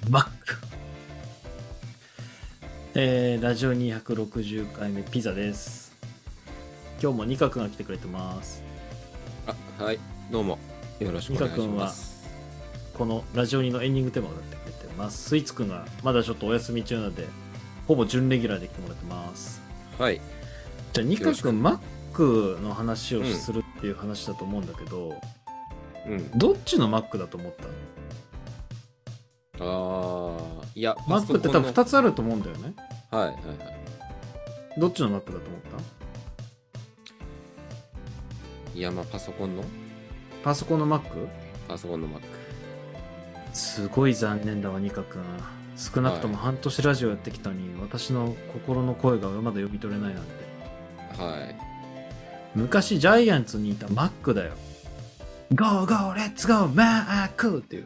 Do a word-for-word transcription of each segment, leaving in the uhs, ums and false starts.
マック。えー、ラジオにひゃくろくじゅうかいめピザです。今日もニカ君が来てくれてます。 あ、はい、どうもよろしくお願いします。ニカ君はこのラジオにのエンディングテーマを歌ってくれてます。スイーツ君がまだちょっとお休み中なのでほぼ準レギュラーで来てもらってます。 はい。 じゃあニカ君マックの話をするっていう話だと思うんだけど、うん、どっちのマックだと思った？ ああ、いやマックって多分ふたつあると思うんだよね。 はいはいはい。 どっちのマックだと思った？ いや、まあパソコンのパソコンのマックパソコンのマック。 すごい残念だわニカ君。少なくとも半年ラジオやってきたのに、はい、私の心の声がまだ読み取れないなんて。 はい。 昔ジャイアンツにいたマックだよ。ゴーゴーレッツゴーマックっていう。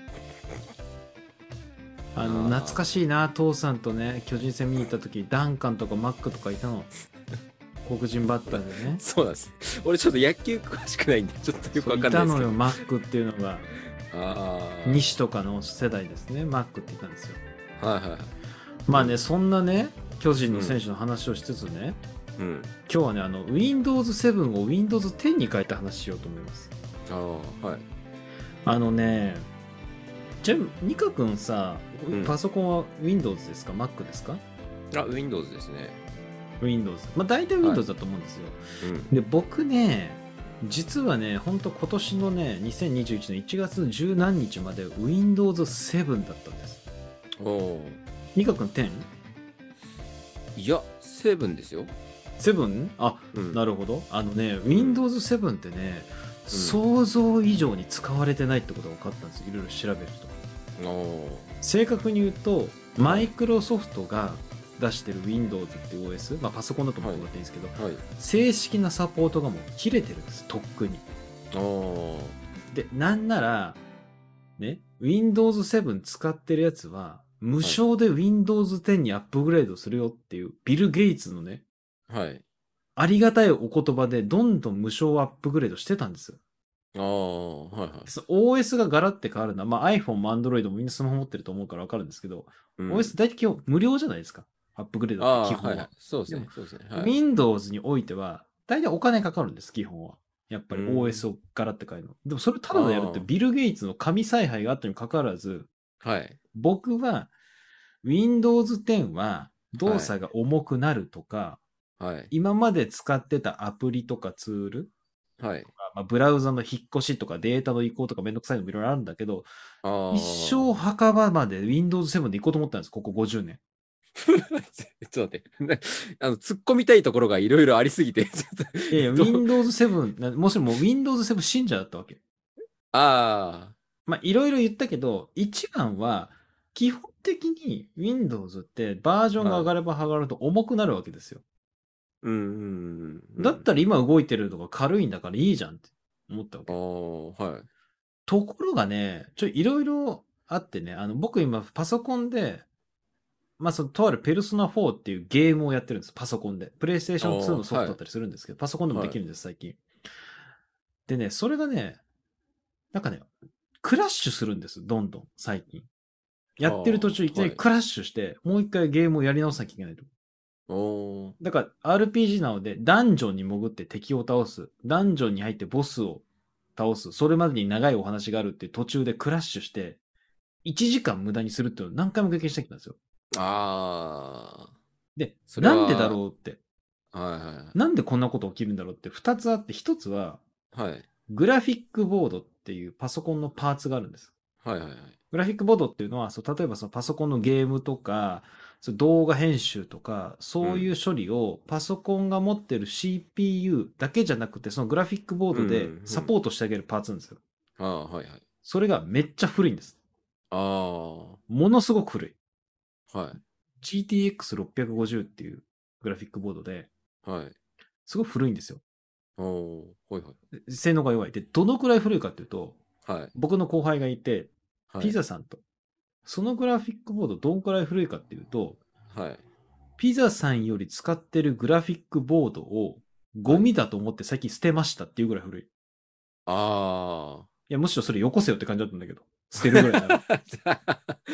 あの懐かしいな。父さんとね巨人戦見に行った時ダンカンとかマックとかいたの。黒人バッターでね。 そうなんです。俺ちょっと野球詳しくないんでちょっとよくわかんないですけど。いたのよマックっていうのが。 あ西とかの世代ですね。マックって言ったんですよ。 はいはいはい。 まあね、そんなね巨人の選手の話をしつつね、うん、今日はねあの ウィンドウズセブン を ウィンドウズテンに変えた話しようと思います。 ああ、はい。 あのね、じゃあニカ君さ、うん、パソコンは Windows ですか Mac ですか？ あ、Windows ですね。 Windows。まあ大体 Windows だと思うんですよ。はい、うん、で僕ね実はねほんと今年のねにせんにじゅういちねんいちがつのじゅうなんにちまで ウィンドウズセブン だったんです。 おお。 ニカ君テン？ いやセブンですよ。 セブン？あ、うん、なるほど。あのね ウィンドウズセブン ってね、うん、想像以上に使われてないってことが分かったんですよ。いろいろ調べると。お正確に言うとマイクロソフトが出してる Windows っていう オーエス、まあ、パソコンだと思ってもらっていいんですけど、はいはい、正式なサポートがもう切れてるんです。とっくに。でなんならね ウィンドウズセブン 使ってるやつは無償で ウィンドウズテンにアップグレードするよっていうビル・ゲイツのね、はい、ありがたいお言葉でどんどん無償アップグレードしてたんですよ。ああ、はいはい。オーエス がガラって変わるのは、まあ、iPhone も Android もみんなスマホ持ってると思うから分かるんですけど、うん、オーエス 大体基本無料じゃないですか。アップグレードって基本は。はいはい、 そうですね。そうですね。 はい、Windows においては、大体お金かかるんです、基本は。やっぱり オーエス をガラって変えるの。でもそれただでやるってビル・ゲイツの神采配があったにもかかわらず、はい、僕は ウィンドウズテン は動作が重くなるとか、はい、今まで使ってたアプリとかツール、はいまあ、ブラウザの引っ越しとかデータの移行とかめんどくさいのもいろいろあるんだけど、一生墓場まで ウィンドウズセブン で行こうと思ったんです、ここごじゅうねん。 ちょっと待って。あの、突っ込みたいところがいろいろありすぎて。ちょっといやいや、ウィンドウズセブン、もしも ウィンドウズセブン 信者だったわけ。ああ。まあ、いろいろ言ったけど、一番は、基本的に Windows ってバージョンが上がれば上がると重くなるわけですよ。うんうんうん、だったら今動いてるのが軽いんだからいいじゃんって思ったわけ。はい、ところがね、ちょいろいろあってね、あの僕今パソコンで、まあそのとあるペルソナフォーっていうゲームをやってるんです、パソコンで。プレイステーションツーのソフトだったりするんですけど、はい、パソコンでもできるんです、最近。でね、それがね、なんかね、クラッシュするんです、どんどん、最近。やってる途中いきなりクラッシュして、はい、もう一回ゲームをやり直さなきゃいけないと。おだから アールピージー なのでダンジョンに潜って敵を倒す、ダンジョンに入ってボスを倒す、それまでに長いお話があるって途中でクラッシュしていちじかん無駄にするっていうのを何回も経験してきたんですよ。ああ。で、なんでだろうって、はいはい、なんでこんなこと起きるんだろうってふたつあって、ひとつは、はい、グラフィックボードっていうパソコンのパーツがあるんです。はいはいはい。グラフィックボードっていうのは、そう例えばそのパソコンのゲームとか、そ動画編集とか、そういう処理をパソコンが持ってる シーピーユー だけじゃなくて、そのグラフィックボードでサポートしてあげるパーツなんですよ。うんうん、あはいはい。それがめっちゃ古いんです。ああ。ものすごく古い。はい。ジーティーエックスろっぴゃくごじゅう っていうグラフィックボードで、はい。すごい古いんですよ。おはいはい。性能が弱い。で、どのくらい古いかっていうと、はい、僕の後輩がいて、ピザさんと、はい、そのグラフィックボードどんくらい古いかっていうと、はい、ピザさんより使ってるグラフィックボードをゴミだと思って最近捨てましたっていうぐらい古い。ああ。いや、むしろそれよこせよって感じだったんだけど、捨てるぐらいなら。い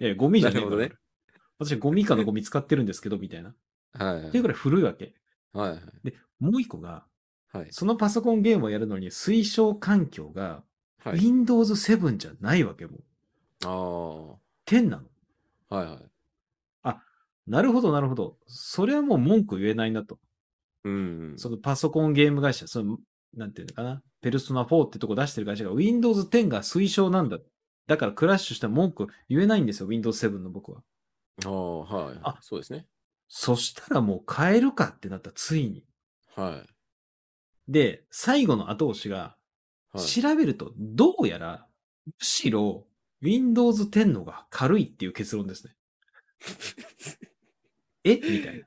いや、ゴミじゃねえから、 なるほどね。 私ゴミかのゴミ使ってるんですけど、みたいな。っはいはい。 ていうぐらい古いわけ。 はいはい。 で、もう一個が、 はい。 そのパソコンゲームをやるのに推奨環境がはい。 ウィンドウズセブン じゃないわけもう。 ああ。 テンなの。 はいはい。 あ、なるほどなるほど。それはもう文句言えないなと。 うんうん。 そのパソコンゲーム会社、その、なんていうのかな。ペルソナフォーってとこ出してる会社が ウィンドウズテン が推奨なんだ。だからクラッシュした文句言えないんですよ。ウィンドウズセブン の僕は。 ああ、はいはい。 あ、 そうですね。 そしたらもう変えるかってなった、ついに。 はい。 で、最後の後押しが、 はい。 調べると、どうやら、むしろ、ウィンドウズテン のが軽いっていう結論ですね。えみたいな。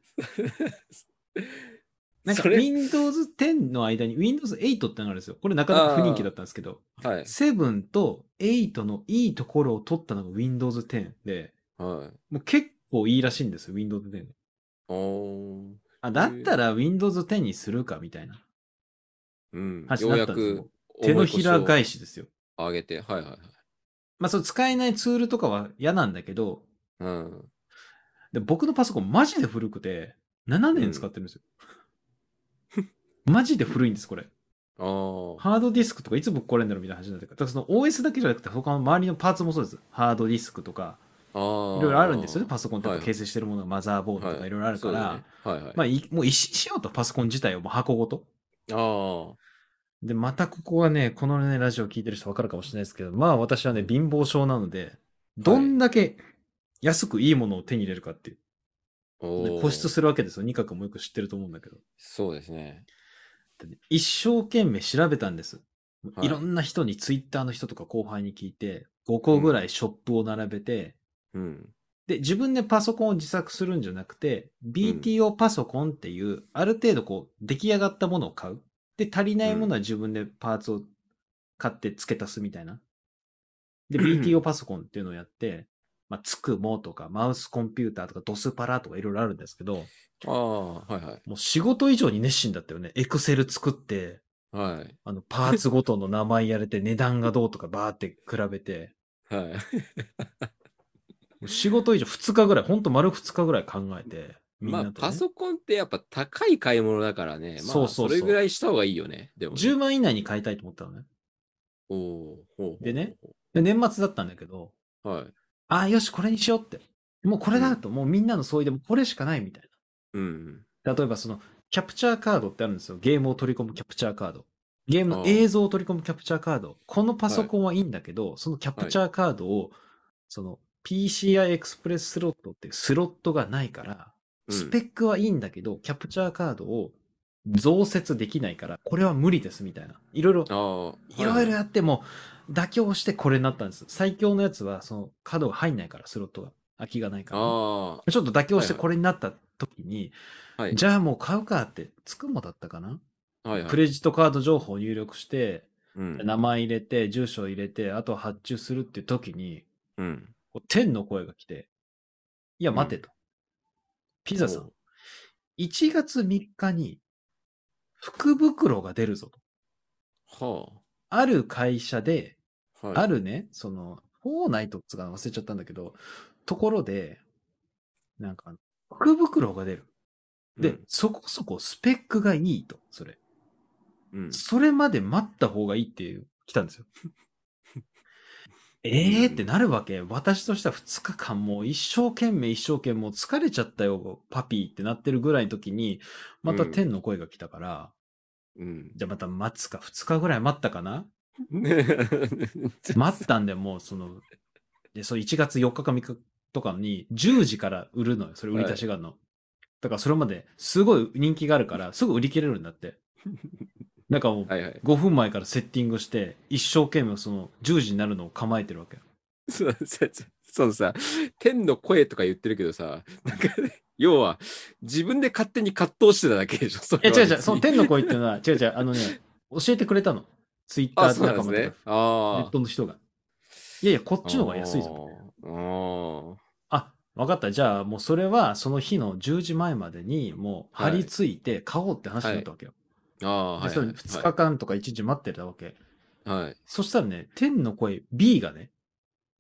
なんかそれ、 ウィンドウズテン の間に ウィンドウズエイトってのがあるんですよ。これなかなか不人気だあったんですけど、 あ、はい。 セブンとエイトのいいところを取ったのが ウィンドウズテン で、 はい。 もう結構いいらしいんですよ、ウィンドウズテン。 おー。 あ、だっへえ。 たら ウィンドウズテン にするかみたいなうん。 話にようなったんですよ。もやくう手の重い腰ひら返をしですよ。 上げて、はいはいはい。 まあ、そう使えないツールとかは嫌なんだけど、 うん。 で僕のパソコンマジで古くて、ななねん使っうん。 てるんですよ。マジで古いんです、これ。 ああ。 ハードディスクとかいつぶっ壊れるんだろうみたいな話になってるから。だからその オーエス だけじゃなくて他の周りのパーツもそうです。ハードディスクとか、 あいろいろあるんですよね。 あ。 パソコンってやっはいはい。 ぱ形成してるものがマザーボードとはい。 かいろいろあるから、 そうだね。はいはい。 まあいもう一新しようと、パソコン自体をもう箱ごと。 ああ。 で、またここはね、このね、ラジオ聞いてる人わかるかもしれないですけど、まあ私はね、貧乏症なので、どはい。 んだけ安くいいものを手に入れるかっていう。 おね、固執お。 するわけですよ。二角もよく知ってると思うんだけど。 そうですね。 でね一生懸命調べたんです。いろはい。 んな人に、ツイッターの人とか後輩に聞いて、ごこぐらうん。 いショップを並べて、 うん。 で、自分でパソコンを自作するんじゃなくて、 うん。 ビーティーオー パソコンっていう、ある程度こう、出来上がったものを買う。で、足りないものうん。 は自分でパーツを買って付け足すみたいな。で、ビーティーオー パソコンっていうのをやって、まあ、つくもとか、マウスコンピューターとか、ドスパラとかいろいろあるんですけど、 ああ、はいはい。 もう仕事以上に熱心だったよね。エクセル作って、 はい。 あの、パーツごとの名前やれて、値段がどうとかバーって比べて、 はい。 仕事以上ふつかぐらい、ほんと丸ふつかぐらい考えて、みんまあ、 なとね。 パソコンってやっぱ高い買い物だからね。 そうまあ、それぐそうそらいした方がいいよね。でう。10 もね。 万以内に買いたいと思ったのね。 おお、ほうほでね、 うほうほで年末だったんだけど、 う。はい。 ああ、よし、これにしようって。もうこれうん。 だと、もうみんなの総意でもこれしかないみたいうん。 な。例えばその、キャプチャーカードってあるんですよ。ゲームを取り込むキャプチャーカード。ゲームの映あ像を取り込むキャプチャーカード。このパあ、はい。 ソコンはいいんだけど、そのキャプはい。 チャーカードを、その ピーシーアイ エクスプレススロットっていうスロットがないから、スペうん。 ックはいいんだけど、キャプチャーカードを増設できないから、これは無理ですみたいな。いろいろ、 ああ、はいろいろいはい。 やっても、妥協してこれになったんです。最強のやつは、そのカードが入んないから、スロットが。空きがないかあらね。 あ、 ちょっと妥協してはいはい。 これになった時に、 はい。 じゃあもう買うかって、つくもだったかなはいはい。 クレジットカード情報を入力して、 うん。 名前入れて、住所入れて、あとは発注するって時に、 うん。 こう天の声が来て、いやうん。 待てと。ピザさん、 おう。 いちがつみっかに福袋が出るぞと。 はある会社で、 あ。はい。 あるね、その、フォーナイトっつうか忘れちゃったんだけど、ところで、なんか、福袋が出る。で、 うん。 そこそこスペックがいいと、それ。 うん。 それまで待った方がいいっていう、来たんですよ。 うええーってなん。 るわけ。私としてはふつかかんもう一生懸命一生懸命もう疲れちゃったよ、パピーってなってるぐらいの時に、またうん。 天の声が来たから、 うん。 じゃあまた待つか、ふつかぐらい待ったかなね待ったんで、もうその、で、そういちがつよっかかみっかとかにじゅうじから売るのよ。それ売りはい。 出しがあるの。だからそれまですごい人気があるから、すぐ売り切れるんだって。なんかもうはいはい。 ごふんまえからセッティングして、一生懸命そのじゅうじになるのを構えてるわけ。 そう、そそのさ、天の声とか言ってるけどさ、なんかね、要は、自分で勝手に葛藤してただけでしょ、それいや違う違う、そのは別に。 天の声っていうのは、違う違う、あのね、教えてくれたの。ツイッあ、 ターそうなんで仲間とか、 すね。 ネッあトの人が。いやいや、こっあ。あちの方が安いぞ、みたいな。 あ。ああ。 あ、わかった。じゃあもうそれはその日のじゅうじまえまでにもう張りはい。 付いて買おうって話にはい。 なったわけよ。 ああ、 で、 はいはい。 それ2 はい。 日間とかいちにち待ってたわけ。 はい。 そしたらね、天の声 B がね、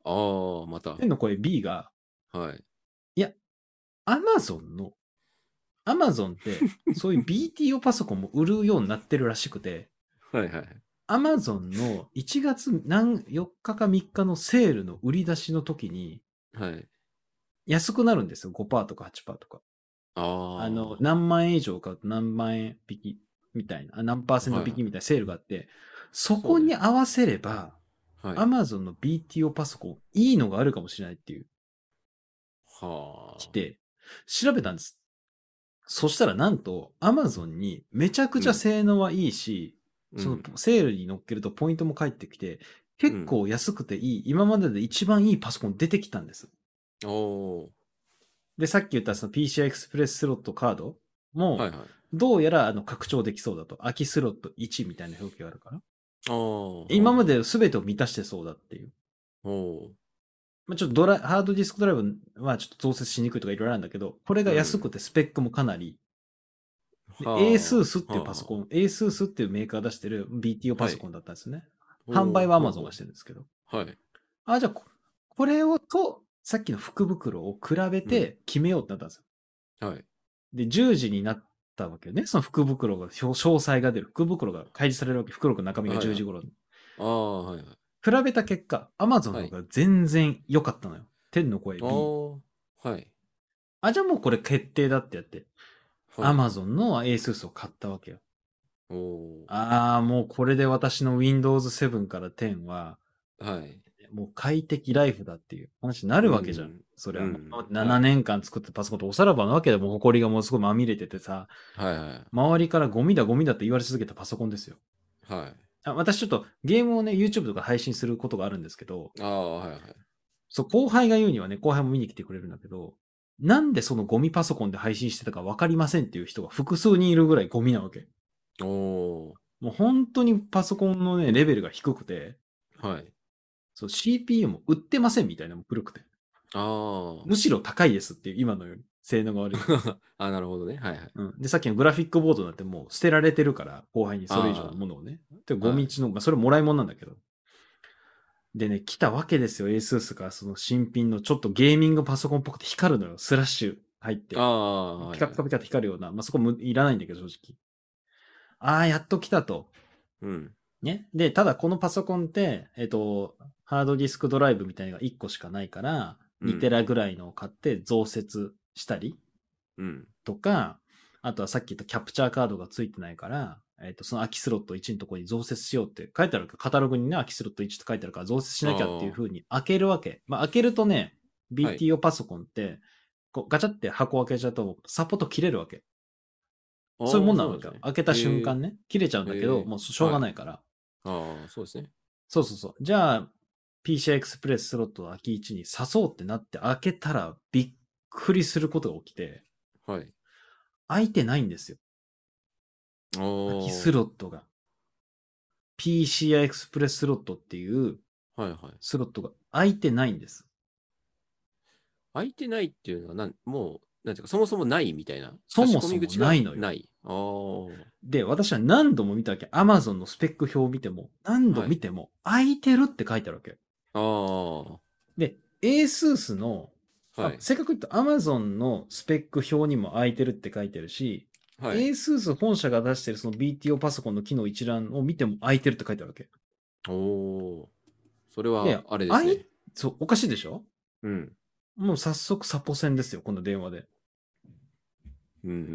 ああ、また。 天の声 B が、 はい。 いや、アマゾンの、アマゾンって、そういう ビーティーオー パソコンも売るようになってるらしくて、 はいはい。 アマゾンのいちがつ何よっかかみっかのセールの売り出しの時にはい。 安くなるんですよ。ごパーセントとかはちパーセントとか。あの、 あ何万円以上買うと何万円引きみたいな、あ何パーセあ、 ントはいはい。 引きみたいなセールがあって、そこそうね。 に合わせれば、 はい。 アマゾンの ビーティーオー パソコン、いいのがあるかもしれないっていう、来はあ。 て、調べたんです。そしたらなんと、アマゾンにめちゃくちゃうん。 性能はいいし、そのうん。 セールに乗っけるとポイントも返ってきて、結うん。 構安くていい、今までで一番いいパソコン出てきたんです。 おー。 で、さっき言ったその ピーシーアイ エクスプレススロットカードも、 はいはい。 どうやらあの拡張できそうだと。空きスロットいちみたいな表記があるから。 ああ、 今まはで全てを満たしてそうだっていう。 あ。おー。 まあ、ちょっとドラ、ハードディスクドライブはちょっと増設しにくいとかいろいろあるんだけど、これが安くうん。 てスペックもかなり。で、 は ASUS っあ。 ていうパソコはン、ASUS っていうメーカー出してる ビーティーオーあ。はい。 パソコンだったんですね。販売おー。 はほう Amazon がほしてるんですけど。 う。はい。 あ、じゃあこ、これをと、さっきの福袋を比べうん。 て決めようってなったんですよ。 はい。 で、じゅうじになったわけよね。その福袋が、詳細が出る。福袋が開示されるわけ。福袋の中身が10 はいはい。 時頃に。 ああ、はいはい。 比べた結果、Amazon のはい。 方が全然良かったのよ。天の声あ B。 あ、はい。 あ、じゃあもうこれ決定だってやって、 はい。 Amazon の ASUS を買ったわけよ。 おお。 ああ、もうこれで私の Windows セブンからテンは、 はい。 もう快適ライフだっていう話になうるわけじゃん。 ん。 それはもううん。は 7 い。 年間作ったパソコンとおさらばなわけでもう埃がもうすごいまみれててさ、 はいはい。 周りからゴミだゴミだって言われ続けたパソコンですよ。 はい。 あ、私ちょっとゲームをね、YouTube とか配信することがあるんですけど、 ああ、はいはい。 そう、後輩が言うにはね、後輩も見に来てくれるんだけど、なんでそのゴミパソコンで配信してたかわかりませんっていう人が複数人いるぐらいゴミなわけ。 おお。 もう本当にパソコンのね、レベルが低くて、 はい。 そう、シーピーユー も売ってませんみたいなのも古くて。 あむしろ高いですっていう、今のより。性能が悪いから。 あ。あ、なるほどね。はいはい。 うん。で、さっきのグラフィックボードなんてもう捨てられてるから、後輩にそれ以上のあものをね。で、 あ。はい。 ゴミ地の、まあ、それもらい物なんだけど。でね、来たわけですよ。ASUS からその新品のちょっとゲーミングパソコンっぽくて光るのよ。スラッシュ入っあて。 あ、はいはい。 ピカピカピカって光るような。まあ、そこもいらないんだけど、正直。ああ、やっと来たと。 うん。 ね。で、ただこのパソコンって、えっと、ハードディスクドライブみたいなのがいっこしかないから、にテうん。 ラぐらいのを買って増設したりうん。 とか、あとはさっき言ったキャプチャーカードがついてないから、えっと、その空きスロットいちのところに増設しようって書いてあるから、カタログにね、空きスロットいちって書いてあるから増設しあなきゃっていう風あ。 に開けるわけ。まあ、開けるとね、 はい。 ビーティーオー パソコンって、こうガチャって箱開けちゃうと、サポート切れるわけ。そういうもああ、 んなわけよ。 そうなんですね。 開けた瞬へえ。 間ね、切れちゃうんだけど、 へえ。 もうしょうがはい。 ないから。 ああ、そうですね。 そうそうそう。じゃあ、ピーシーアイ Express スロットを空きいちに刺そうってなって開けたらびっくりすることが起きて、 はい。 開いてないんですよ。 あ空きスあ。 ロットが。ピーシーアイ Express スロットっていうはいはい。 スロットが開いてないんです。 空いてないっていうのは、なん、もう、なんていうか、そもそもないみたいな。差し込そもそもみ口がないのよ。 ない。ああ。 で、私は何度も見たわけ。Amazon のスペック表を見ても、何度はい。 見ても、開いてるって書いてあるわけ。 ああ。 で、ASUS の、あ、 はい。 せっかく言うと Amazon のスペック表にも空いてるって書いてるし、 はい。 ASUS 本社が出してるその ビーティーオー パソコンの機能一覧を見ても空いてるって書いてあるわけ。 おお。それは、 で、 あれです開い、 ね。 そう、おかしいでしょ？ うん。 もう早速サポ戦ですよ、この電話で。 うんうん。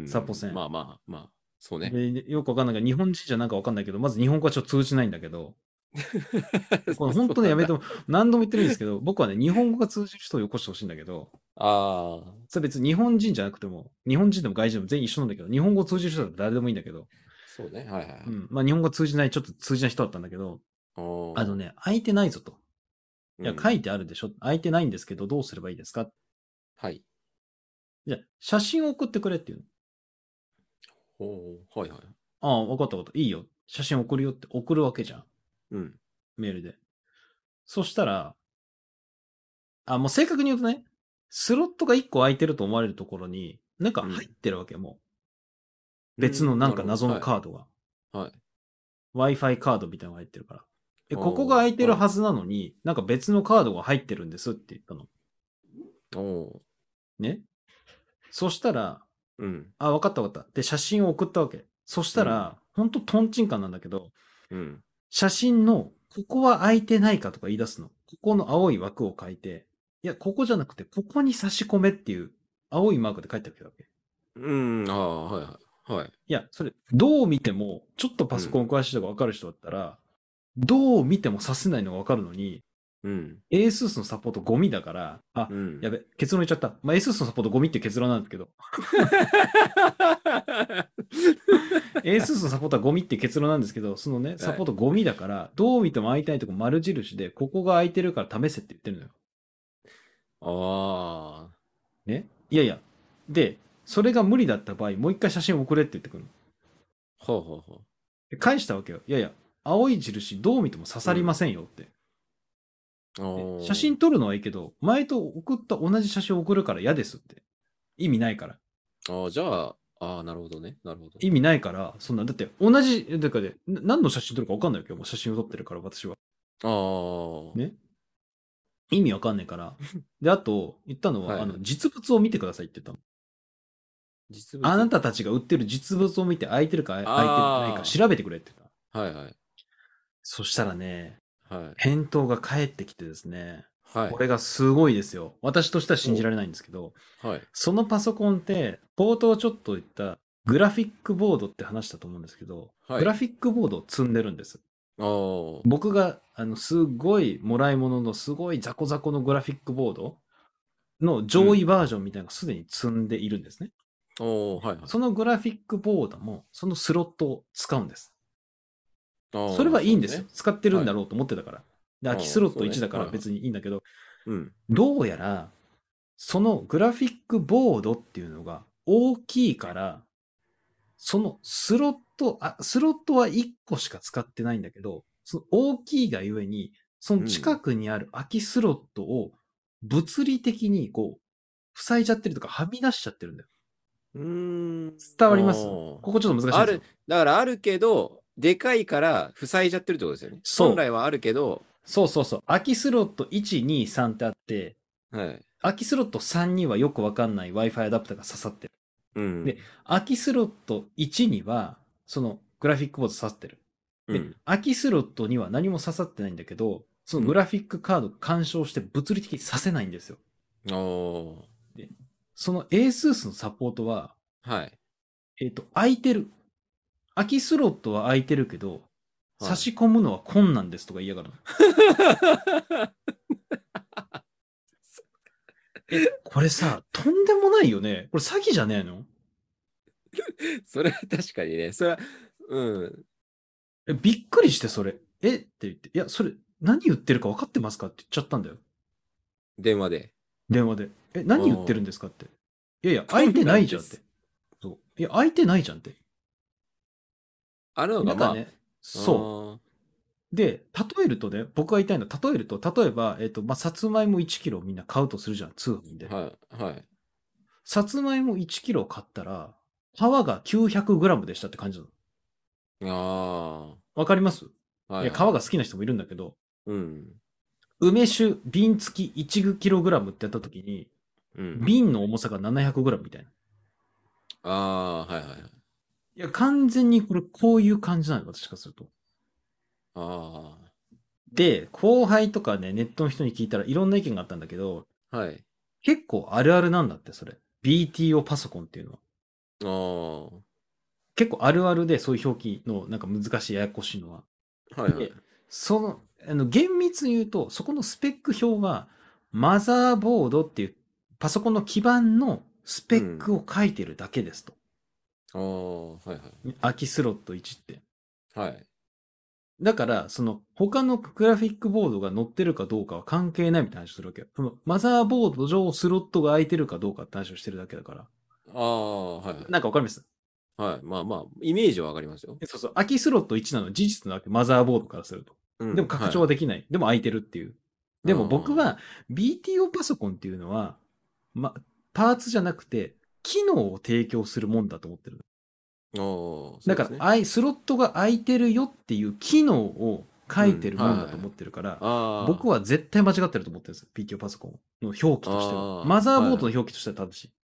サポ戦。 まあまあまあ、そうね。 で、よくわかんないけど、日本人じゃなんかわかんないけど、まず日本語はちょっと通じないんだけど、これ本当ね、 そうなんだ。 やめても、何度も言ってるんですけど、僕はね、日本語が通じる人をよこしてほしいんだけど、 ああ、 それ別に日本人じゃなくても、日本人でも外人でも全員一緒なんだけど、日本語を通じる人だったら誰でもいいんだけど、 そうね。はいはいはい。 うん。まあ日本語通じない、ちょっと通じない人だったんだけど、 おお。 あのね、空いてないぞと。いや、書うん。 いてあるでしょ。空いてないんですけど、どうすればいいですか？ はい。 じゃあ、写真を送ってくれっていうの。 おお。はいはい。 ああ、わかったわかった。いいよ。写真送るよって送るわけじゃん。 うん。 メールで。そしたら、あ、もう正確に言うとね、スロットがいっこ空いてると思われるところに、なんか入っうん。 てるわけ、もう。 うん。 別のなんなるほど。 か謎のはい。 カードが。 はい。 Wi-Fi カードみたいなのが入ってるから。 え、ここが空いてるはずなのに、なんか別のカードが入ってるんですって言ったの。 おね。そしたら、 うん。 あ、わかったわかった。で、写真を送ったわけ。そしたら、ほんとトンチンカンなんだけど、 うん。 写真の、ここは空いてないかとか言い出すの。ここの青い枠を書いて、いや、ここじゃなくて、ここに差し込めっていう、青いマークで書いてあるわけ。 うん。ああ、はいはい。はい。 いや、それ、どう見ても、ちょっとパソコン詳しい人がわかる人だったら、どう見ても指せないのがわかるのに、 うん。 ASUS のサポートゴミだから、あ、 うん。 やべ、結論言っちゃった。まあ、ASUS のサポートゴミっていう結論なんですけど、ASUS のサポートはゴミっていう結論なんですけど、そのね、サはい。 ポートゴミだから、どう見ても空いてないとこ丸印で、ここが空いてるから試せって言ってるのよ。 ああ。 ね。いやいや。で、それが無理だった場合、もう一回写真送れって言ってくるの。 ほうほうほで返したわけよ。いやいや、青い印どう見ても刺さりませんよって。 う。 でお写真撮るのはいいけど、前と送った同じ写真を送るから嫌ですって。意味ないから。 ああ、じゃあ、ああ、なるほどね。なるほど。 意味ないから、そんな、だって同じ、だからで、な何の写真撮るか分かんないわけど、もう写真を撮ってるから、私は。 ああ。 ね。意味わかんないから。で、あと、言ったのは、 はいあの、実物を見てくださいって言ったの。 実物。 あなたたちが売ってる実物を見て空いてるか空いてないかあ調べてくれって言った。 あ。はいはい。 そしたらね、 はい。 返答が返ってきてですね、 はい。 これがすごいですよ。私としては信じお、 られないんですけど、 はい。 そのパソコンって、冒頭ちょっと言ったグラフィックボードって話したと思うんですけど、 はい。 グラフィックボードを積んでるんです。 ああ。 僕が、あの、すごいもらい物のすごいザコザコのグラフィックボードの上位うん。 バージョンみたいなのがすでに積んでいるんですね。 おー、はいはい。 そのグラフィックボードも、そのスロットを使うんです。それああ、 はいいんですよ。 そうね。 使ってるんはい。 だろうと思ってたから。で、 ああ、 空きスロットそうね。 いちだからはいはい。 別にいいんだけど、 うん。 どうやら、そのグラフィックボードっていうのが大きいから、そのスロット、あ、スロットはいっこしか使ってないんだけど、その大きいがゆえに、その近うん。 くにある空きスロットを物理的にこう、塞いじゃってるとか、はみ出しちゃってるんだよ。 うーん。 伝わります？ おー。 ここちょっと難しいんある、 ですよ。 だからあるけど、でかいから塞いじゃってるってことですよね。本そう。 来はあるけど、 そうそうそう。空きスロットいち、に、さんってあって、 はい。 空きスロットさんにはよくわかんない Wi-Fi アダプターが刺さってる。で、 うん。 空きスロットいちには、そのグラフィックボード刺さってる。で、 うん。 空きスロットには何も刺さってないんだけど、そのグうん。 ラフィックカード干渉して物理的にさせないんですよ。 おー。 で、その ASUS のサポートは、 はい。 えっ、と、空いてる。空きスロットは空いてるけど、差はい。 し込むのは困難ですとか言いやがるの。え、これさ、とんでもないよね。これ詐欺じゃねえの？ それは確かにね。それは、うん。 え、びっくりしてそれ。えって言って、いや、それ、何言ってるか分かってますかって言っちゃったんだよ。 電話で。 電話で。え、何言ってるんですかって。いやいや、空いて困ないじゃんって。 難です。 そう。いや、空いてないじゃんって。 あるのが、まなんかね、 あ、 そあう。で、例えるとね、僕が言いたいのは、例えると、例えば、えっ、と、まあ、さつまいもいちキロみんな買うとするじゃん、通販で。 あ、はい、はい。 さつまいもいちキロ買ったら、皮が きゅうひゃくグラム でしたって感じなの。 あわかります？ あ、はいや、皮いはい。 が好きな人もいるんだけど、 うん、 梅酒瓶付きいちキログラムってやった時に、 うん。 瓶の重さが ななひゃくグラム みたいな。 ああ、はいはいはい。 いや、完全にこれこういう感じなの、私からすると。 あで、後輩とかね、ネットの人に聞いたらいろんな意見があったんだけど、 あ、はい。 結構あるあるなんだって、それ。ビーティーオー パソコンっていうのは。 あ結構あるあるで、そういう表記のなんか難しいややこしいのは。 あ、はいはい。 で、その、あの、厳密に言うと、そこのスペック表は、マザーボードっていうパソコンの基板のスペッうん。 クを書いてるだけですと。 ああ、はいはい。 空きスロットいちって。 はい。 だから、その、他のグラフィックボードが載ってるかどうかは関係ないみたいな話をするわけよ。その、マザーボード上スロットが空いてるかどうかって話をしてるだけだから。 ああ、はいはい。 なんかわかります？ はい。まあまあ、イメージはわかりますよ。 そうそう。空きスロットいちなの事実なわけ。マザーボードからすると。 うん、 でも拡はいはい。 張はできない。でも空いてるっていう。でも僕あは ビーティーオー パソコンっていうのは、ま、パーツじゃなくて、機能を提供するもんだと思ってる。 あ、ああ、そうだから、 ですね。 あいスロットが空いてるよっていう機能を書いてるもんだと思ってるから、 うんはい、 僕は絶対間違ってると思ってるんですよ。ピーティーオー パソコンの表記としては。マザーボードの表記としては正しい。はい、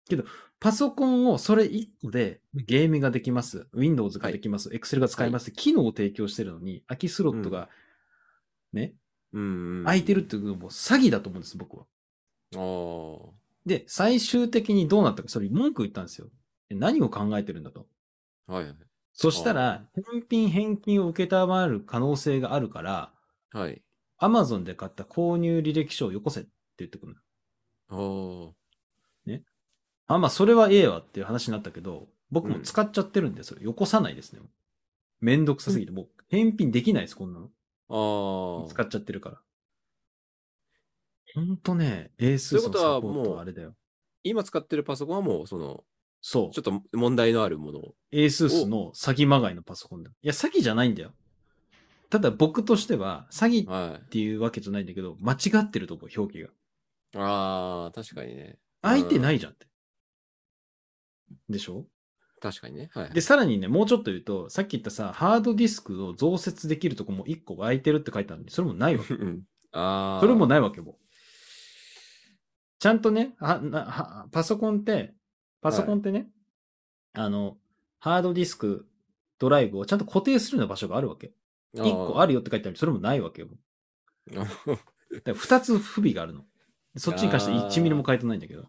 けど、パソコンをそれいっこでゲームができます。Windows ができます。はい、Excel が使えます。はい、機能を提供してるのに、空きスロットがね、うん、空いてるっていうのも詐欺だと思うんです、僕は。で、最終的にどうなったか、それ文句言ったんですよ。何を考えてるんだと。はいはい。そしたら、返品返金を受けたまる可能性があるから、はい。Amazon で買った購入履歴書をよこせって言ってくるの。ね。あ、まあ、それはええわっていう話になったけど、僕も使っちゃってるんで、それよこさないですね。めんどくさすぎて、もう返品できないです、こんなの。ああ。使っちゃってるから。ほんとね、ASUS のサポートはあれだよ。 今使ってるパソコンはもう、その、 そう。 ちょっと問題のあるものを。 ASUS の詐欺まがいのパソコンだ。いや、詐欺じゃないんだよ。ただ僕としては、詐欺っていうわけじゃないんだけど、はい、間違ってると思う、表記が。 ああ、確かにね。 開いてないじゃんって。でしょ？ 確かにね。はい、はい。 で、さらにね、もうちょっと言うと、さっき言ったさ、ハードディスクを増設できるとこもいっこ空いてるって書いてあるのに、それもないわけ。ああ。それもないわけも。ちゃんとね、ははパソコンって、パソコンってね、はい、あの、ハードディスク、ドライブをちゃんと固定するような場所があるわけ。いっこあるよって書いてあるそれもないわけよ。ふたつ不備があるの。そっちに関していちミリも変えてないんだけど。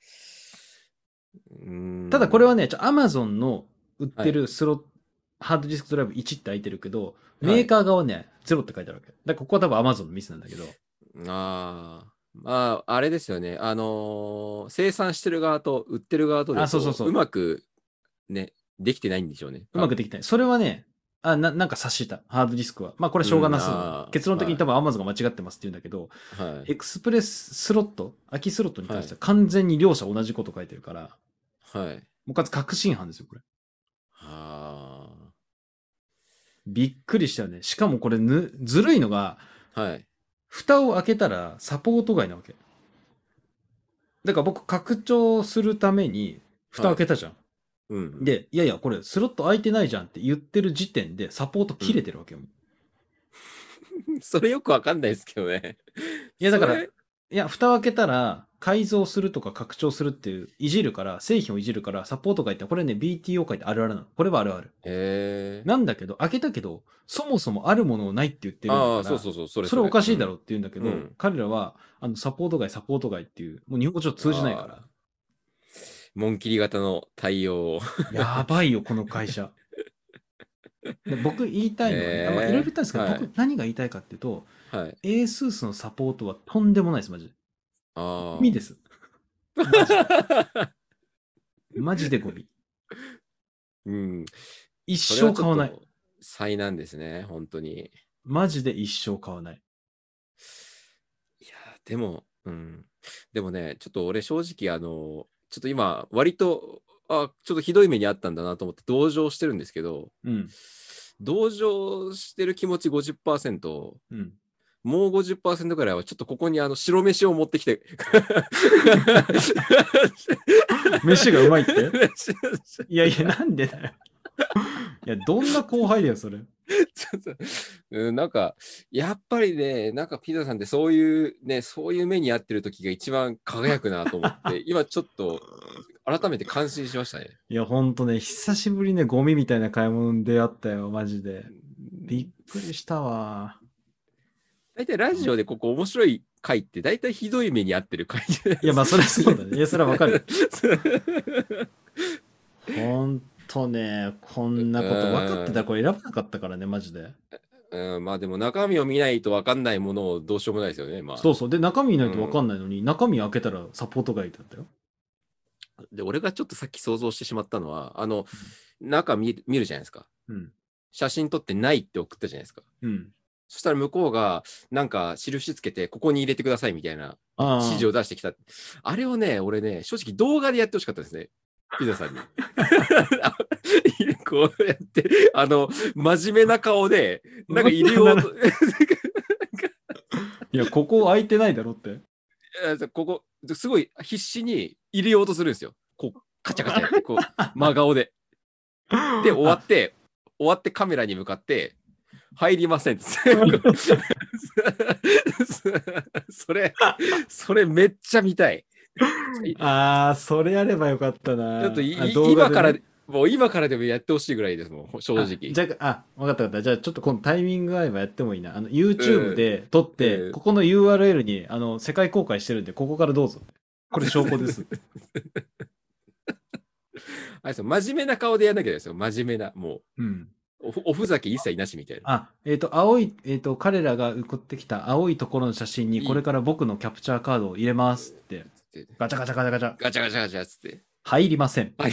ただこれはね、Amazon の売ってるスロット、はい、ハードディスクドライブいちって空いてるけど、メーカー側はね、はい、ゼロって書いてあるわけ。だからここは多分 Amazon のミスなんだけど。 ああ。まあ、あれですよね。あのー、生産してる側と売ってる側とで、あ、そうそうそう。うまくね、できてないんでしょうね。 うまくできてない。それはね、あ、な、なんか察した。ハードディスクは。まあこれしょうがなす、うん、結論的に多分 Amazon が間違ってますって言うんだけど、はい、エクスプレススロット、空きスロットに関しては完全に両者同じこと書いてるから、はい。もうかつ確信犯ですよ、これ。はあ。びっくりしたよね。しかもこれぬ、ずるいのが、はい。蓋を開けたらサポート外なわけ。だから僕拡張するために蓋開けたじゃん。はい、うん、で、いやいや、これスロット開いてないじゃんって言ってる時点でサポート切れてるわけよ。 うん、それよくわかんないですけどね。 いやだから、いや、蓋を開けたら改造するとか拡張するっていう、いじるから、製品をいじるからサポート外って、これね、ビーティーオー 界ってあるあるなの。これはあるある。へー。なんだけど、開けたけど、そもそもあるものをないって言ってるんだから、あそうそうそうそれそれおかしいだろって言うんだけど、うん、彼らは、あの、サポート外、サポート外っていう、もう日本語上通じないから。 紋切り型の対応。 やばいよ、この会社。で僕言いたいのはね、えー、まあ、いろいろ言ったんですけど、はい、僕何が言いたいかっていうと、はい、ASUS のサポートはとんでもないです、マジで。ゴミです。マジで。マジでゴミ。うん。一生買わない。 災難ですね、本当に。 マジで一生買わない。 いや、でも、うん。でもね、ちょっと俺正直、あの、ちょっと今、割と、あ、ちょっとひどい目にあったんだなと思って同情してるんですけど、うん、同情してる気持ち ごじゅっパーセント、うん、もう ごじゅっパーセント ぐらいはちょっとここにあの白飯を持ってきて飯がうまいっていやいやなんでだよいやどんな後輩だよそれちょっと、うん、なんかやっぱりねなんかピザさんってそういうねそういう目に遭ってる時が一番輝くなと思って今ちょっと改めて感心しましたね。 いやほんとね久しぶりねゴミみたいな買い物に出会ったよマジでびっくりしたわ。 大体ラジオでここ面白い回って大体ひどい目に遭ってる回じゃないですか。 いやまあそれはそうだね。いやそれはわかる。ほんとねこんなこと分かってたらこれ選ばなかったからねマジで。 うん、まあでも中身を見ないと分かんないものをどうしようもないですよね。まあ、 そうそうで中身見ないと分かんないのに、うん、中身開けたらサポート外だったよ。 で俺がちょっとさっき想像してしまったのはあの、うん、中見、見るじゃないですか、うん、写真撮ってないって送ったじゃないですか、うん、そしたら向こうがなんか印つけてここに入れてくださいみたいな指示を出してきた。 あ, あれをね俺ね正直動画でやってほしかったですねピザさんにこうやってあの真面目な顔でなんか入れようといやここ空いてないだろってここすごい必死に入れようとするんですよ。こうカチャカチャやってこう真顔でで終わって終わってカメラに向かって入りませんってそれ、それめっちゃ見たい。 ああ、それやればよかったな。 ちょっとい、 ね、 今から、もう今からでもやってほしいぐらいですもん、正直。 じゃあ、あ、分かった分かった。じゃあ、ちょっとこのタイミング合えばやってもいいな。あの、YouTube で撮って、うん、ここの ユーアールエル に、あの、世界公開してるんで、ここからどうぞ。これ証拠です。 あれですよ、真面目な顔でやんなきゃですよ。真面目な、もう。うん。お, おふざけ一切なしみたいな。 あ、えっ、ー、と、青い、えっ、ー、と、彼らが送ってきた青いところの写真に、これから僕のキャプチャーカードを入れますって、ガチャガチャガチャガチャ。 ガチャガチャガチャつって。 入りません。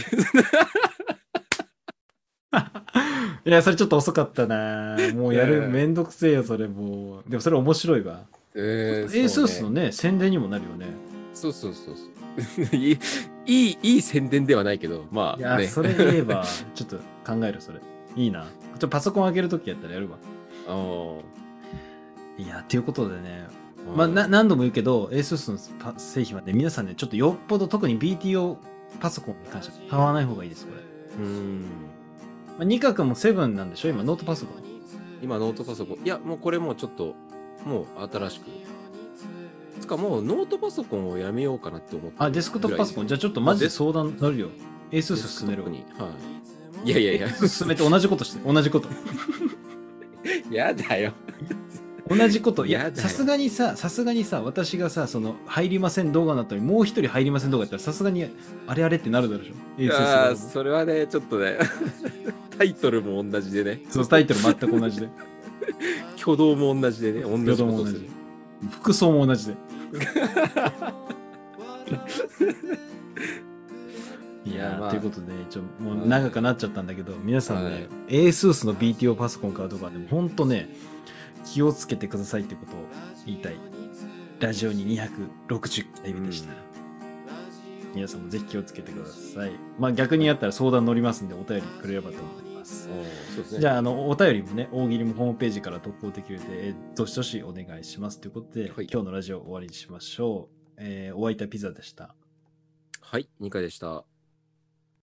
いや、それちょっと遅かったな。もうやる、めんどくせえよ、それもう。でもそれ面白いわ。えー、エースースのね、宣伝にもなるよね。 そうそうそうそう。いい、いい、いい宣伝ではないけど、まあ、ね。 いや、それ言えば、ちょっと考える、それ。いいな。ちょっとパソコン開けるときやったらやるわ。いや、ということでね、まあ、な何度も言うけど、エースースの製品はね、皆さんね、ちょっとよっぽど特に ビーティーオー パソコンに関しては買わない方がいいです、これ。うん。まあ、ニカ君もセブンなんでしょ今、ノートパソコン。 今、ノートパソコン。いや、もうこれもうちょっと、もう新しく。つかもうノートパソコンをやめようかなって思って。 あ、デスクトップパソコン。じゃあちょっとマジで相談乗るよ。エースース進める。はい。 いやいやいや。 進めて同じことして、同じこと。 やだよ。 同じこと。いや、さすがにさ、さすがにさ、私がさ、その、入りません動画だったり、もう一人入りません動画だったら、さすがに、あれあれってなるだろうしょ。 エースース。ああ、それはね、ちょっとね、タイトルも同じでね。 そう、タイトル全く同じで。 挙動も同じでね、同じことする。 服装も同じで。いやー、まあ、ということで、ちょもう長くなっちゃったんだけど、皆さんね、はい、エースースの ビーティーオー パソコン買うとかでも、ほんとね、気をつけてくださいってことを言いたい。ラジオににひゃくろくじゅっかいめでした。うん、皆さんもぜひ気をつけてください。まあ逆にやったら相談乗りますんで、お便りくれればと思います。そうですね、じゃあ、あの、お便りもね、大喜利もホームページから投稿できるので、どしどしお願いします。ということで、はい、今日のラジオ終わりにしましょう。えー、お相手はピザでした。 はい、にかいでした。